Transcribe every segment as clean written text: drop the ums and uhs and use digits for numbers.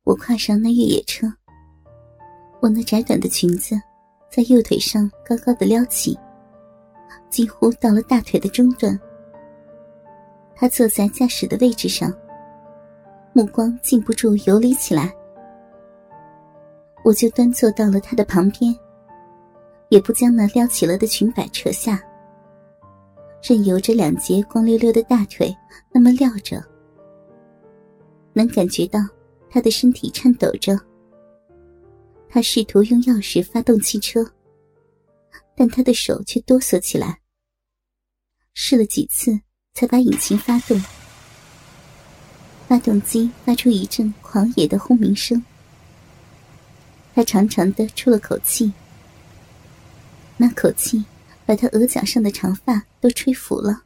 我跨上那越野车，我那窄短的裙子在右腿上高高的撩起，几乎到了大腿的中段。他坐在驾驶的位置上，目光禁不住游离起来。我就端坐到了他的旁边，也不将那撩起了的裙摆扯下，任由着两截光溜溜的大腿那么撂着。能感觉到他的身体颤抖着。他试图用钥匙发动汽车，但他的手却哆嗦起来。试了几次才把引擎发动，发动机发出一阵狂野的轰鸣声。他长长的出了口气，那口气把他额角上的长发都吹拂了。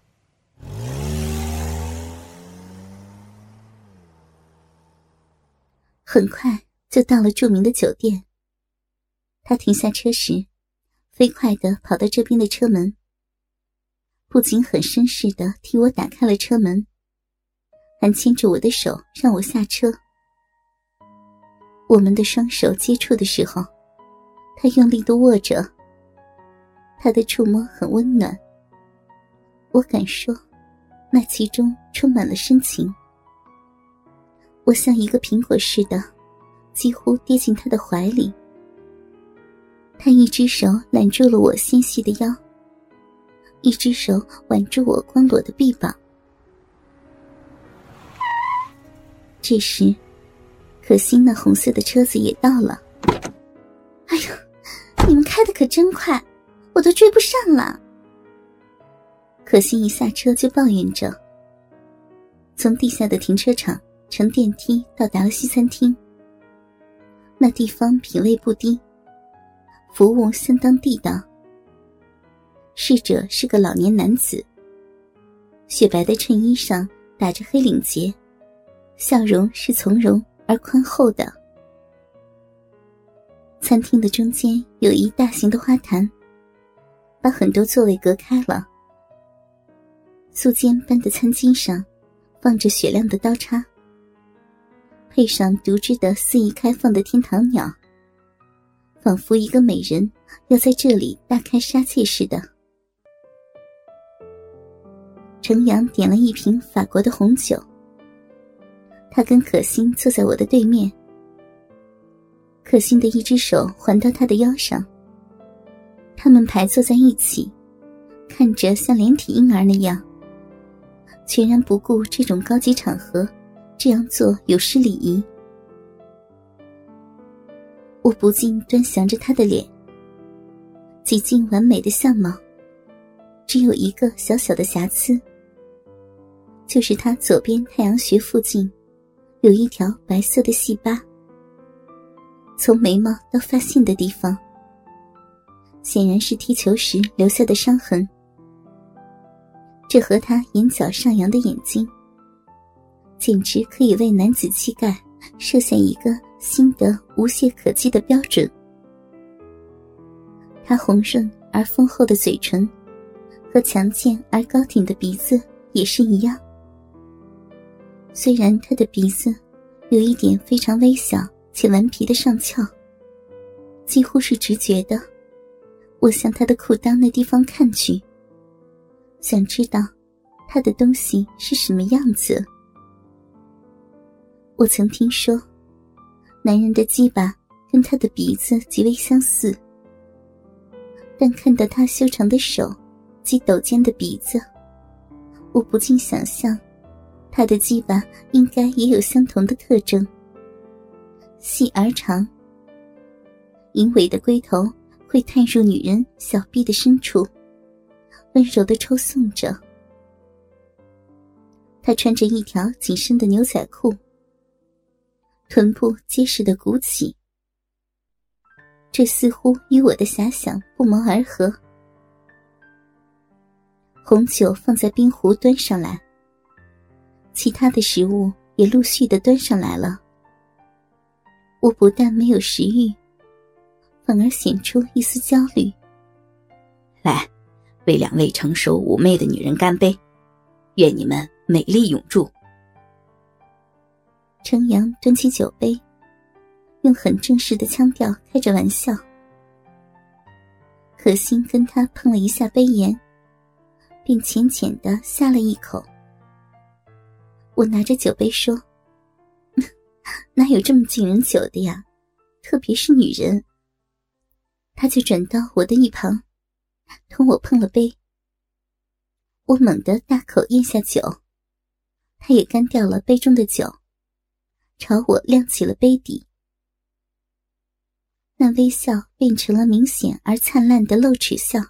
很快就到了著名的酒店。他停下车时，飞快地跑到这边的车门，不仅很绅士地替我打开了车门，还牵着我的手让我下车。我们的双手接触的时候，他用力地握着，他的触摸很温暖，我敢说那其中充满了深情。我像一个苹果似的几乎跌进他的怀里。他一只手揽住了我纤细的腰，一只手挽住我光裸的臂膀。这时可惜那红色的车子也到了。哎呀，你们开得可真快，我都追不上了。可惜一下车就抱怨着。从地下的停车场乘电梯到达了西餐厅。那地方品味不低，服务相当地道。侍者是个老年男子，雪白的衬衣上打着黑领结，笑容是从容而宽厚的。餐厅的中间有一大型的花坛，把很多座位隔开了。素笺般的餐巾上放着雪亮的刀叉，配上独枝的肆意开放的天堂鸟，仿佛一个美人要在这里大开杀戒似的。程阳点了一瓶法国的红酒，他跟可心坐在我的对面。可心的一只手环到他的腰上，他们排坐在一起，看着像连体婴儿那样，全然不顾这种高级场合这样做有失礼仪。我不禁端详着他的脸，几近完美的相貌，只有一个小小的瑕疵，就是他左边太阳穴附近有一条白色的细疤，从眉毛到发线的地方，显然是踢球时留下的伤痕。这和他眼角上扬的眼睛，简直可以为男子气概设下一个新的无懈可击的标准。他红润而丰厚的嘴唇和强健而高挺的鼻子也是一样。虽然他的鼻子有一点非常微小且顽皮的上翘，几乎是直觉的，我向他的裤裆那地方看去，想知道他的东西是什么样子。我曾听说男人的鸡巴跟他的鼻子极为相似，但看到他修长的手及陡尖的鼻子，我不禁想象他的鸡巴应该也有相同的特征，细而长，淫猥的龟头会探入女人小臂的深处，温柔地抽送着。他穿着一条紧身的牛仔裤，臀部结实地鼓起，这似乎与我的遐想不谋而合。红酒放在冰壶端上来，其他的食物也陆续地端上来了。我不但没有食欲，反而显出一丝焦虑。 来，为两位成熟妩媚的女人干杯，愿你们美丽永驻。 程阳端起酒杯， 用很正式的腔调开着玩笑。可心跟他碰了一下杯沿，便浅浅地呷了一口。我拿着酒杯说，哪有这么敬人酒的呀，特别是女人。他就转到我的一旁，同我碰了杯。我猛地大口咽下酒，他也干掉了杯中的酒，朝我亮起了杯底。那微笑变成了明显而灿烂的露齿笑。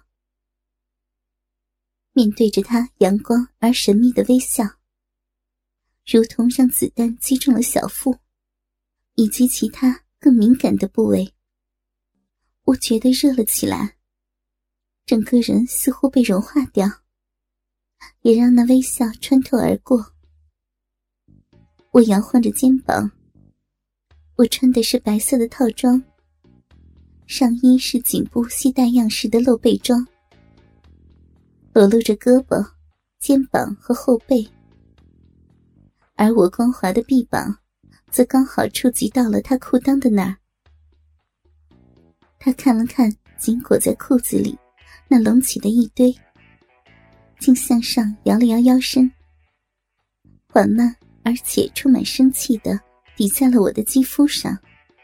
面对着他阳光而神秘的微笑，如同让子弹击中了小腹以及其他更敏感的部位。我觉得热了起来，整个人似乎被融化掉，也让那微笑穿透而过。我摇晃着肩膀，我穿的是白色的套装，上衣是颈部系带样式的露背装，裸露着胳膊、肩膀和后背，而我光滑的臂膀则刚好触及到了他裤裆的那儿。他看了看紧裹在裤子里那隆起的一堆，竟向上摇了摇腰身，缓慢而且充满生气地抵在了我的肌肤上。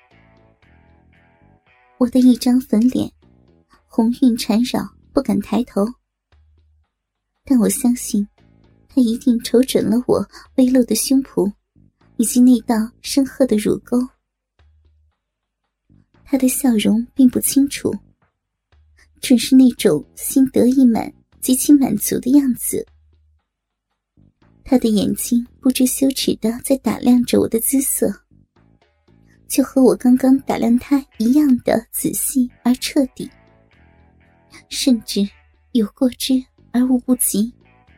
我的一张粉脸红晕缠绕，不敢抬头，但我相信他一定瞅准了我微露的胸脯以及那道深褐的乳沟。他的笑容并不清楚，准是那种心得意满、极其满足的样子。他的眼睛不知羞耻地在打量着我的姿色，就和我刚刚打量他一样的仔细而彻底，甚至有过之而无不及。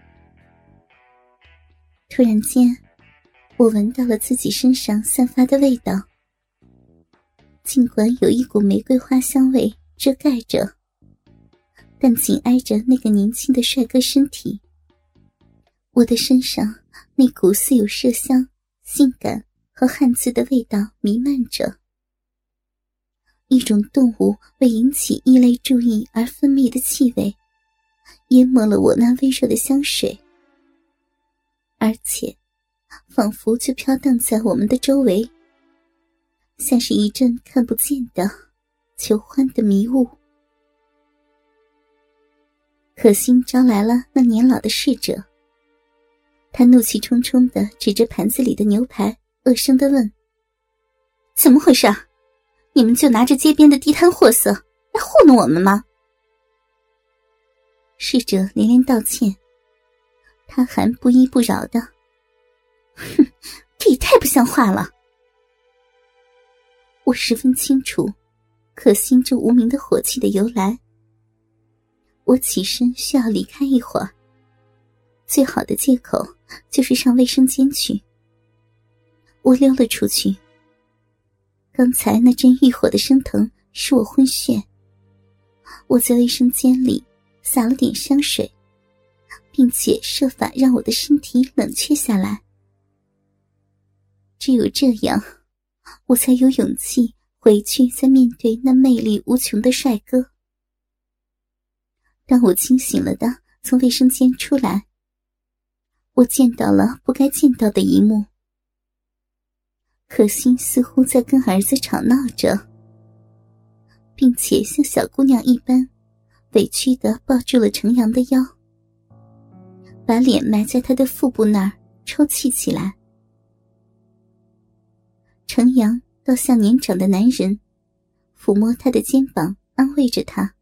突然间，我闻到了自己身上散发的味道，尽管有一股玫瑰花香味遮盖着，但紧挨着那个年轻的帅哥身体，我的身上那股似有麝香、性感和汗渍的味道弥漫着。一种动物为引起异类注意而分泌的气味淹没了我那微弱的香水，而且仿佛就飘荡在我们的周围，像是一阵看不见的求欢的迷雾。可心招来了那年老的侍者，他怒气冲冲地指着盘子里的牛排，恶声地问：怎么回事？你们就拿着街边的地摊货色来糊弄我们吗？侍者连连道歉，他还不依不饶的：哼，这也太不像话了。我十分清楚可心这无名的火气的由来。我起身需要离开一会儿，最好的借口就是上卫生间去。我溜了出去，刚才那阵欲火的升腾使我昏眩，我在卫生间里撒了点香水，并且设法让我的身体冷却下来。只有这样，我才有勇气回去再面对那魅力无穷的帅哥。当我清醒了的从卫生间出来，我见到了不该见到的一幕。可心似乎在跟儿子吵闹着，并且像小姑娘一般委屈地抱住了程阳的腰，把脸埋在他的腹部那儿抽泣起来。程阳倒像年长的男人，抚摸他的肩膀安慰着他。